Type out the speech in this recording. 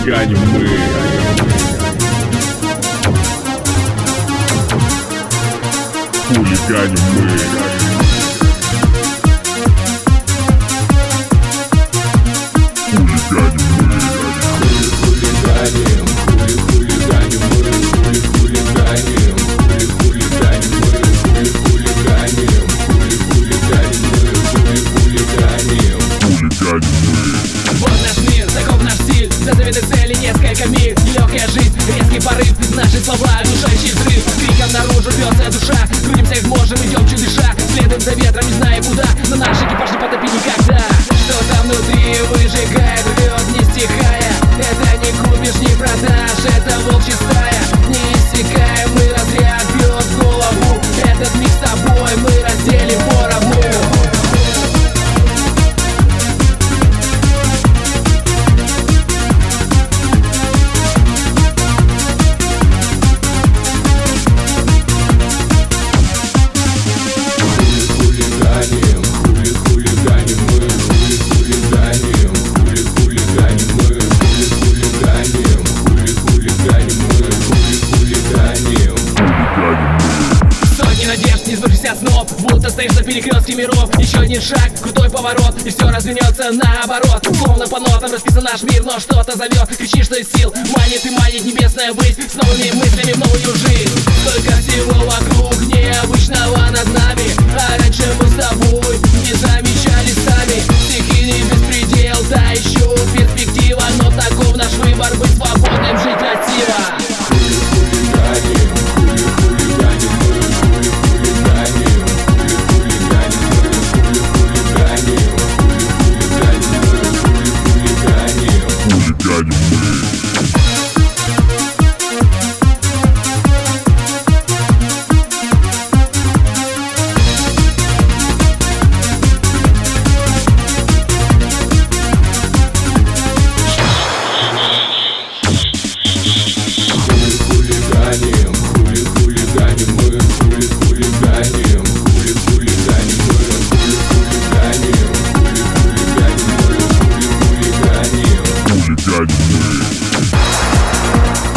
Хулиганим мы. Хулиганим мы. Вот наш мир, таков наш стиль. За заветной цели несколько миль. Нелегкая жизнь, резкий порыв. Наши слова, душащий взрыв. Криком наружу рвется душа. Крутимся как можем, идем чуть дыша. Следуем за ветром, не зная куда. Но наш экипаж не потопит никогда. Что там внутри выжигает, рвет не стихая. Это не купишь, не продашь. Это волчья стая. Неиссякаемый разряд бьет в голову. Этот миг с тобой мы разделим поровну. Не сбывшийся снов, будто стоишь на перекрестке миров. Еще один шаг, крутой поворот, и все развернется наоборот. Словно по нотам расписан наш мир, но что-то зовет. Кричишь, что из сил, манит и манит небесная высь. С новыми мыслями в новую жизнь. Столько всего вокруг необычного над нами. А раньше мы с тобой не замечали сами. Стихийный беспредел, да еще перспектива. Но таков наш выбор, быть свободным, жить красиво. Хулиганим мы.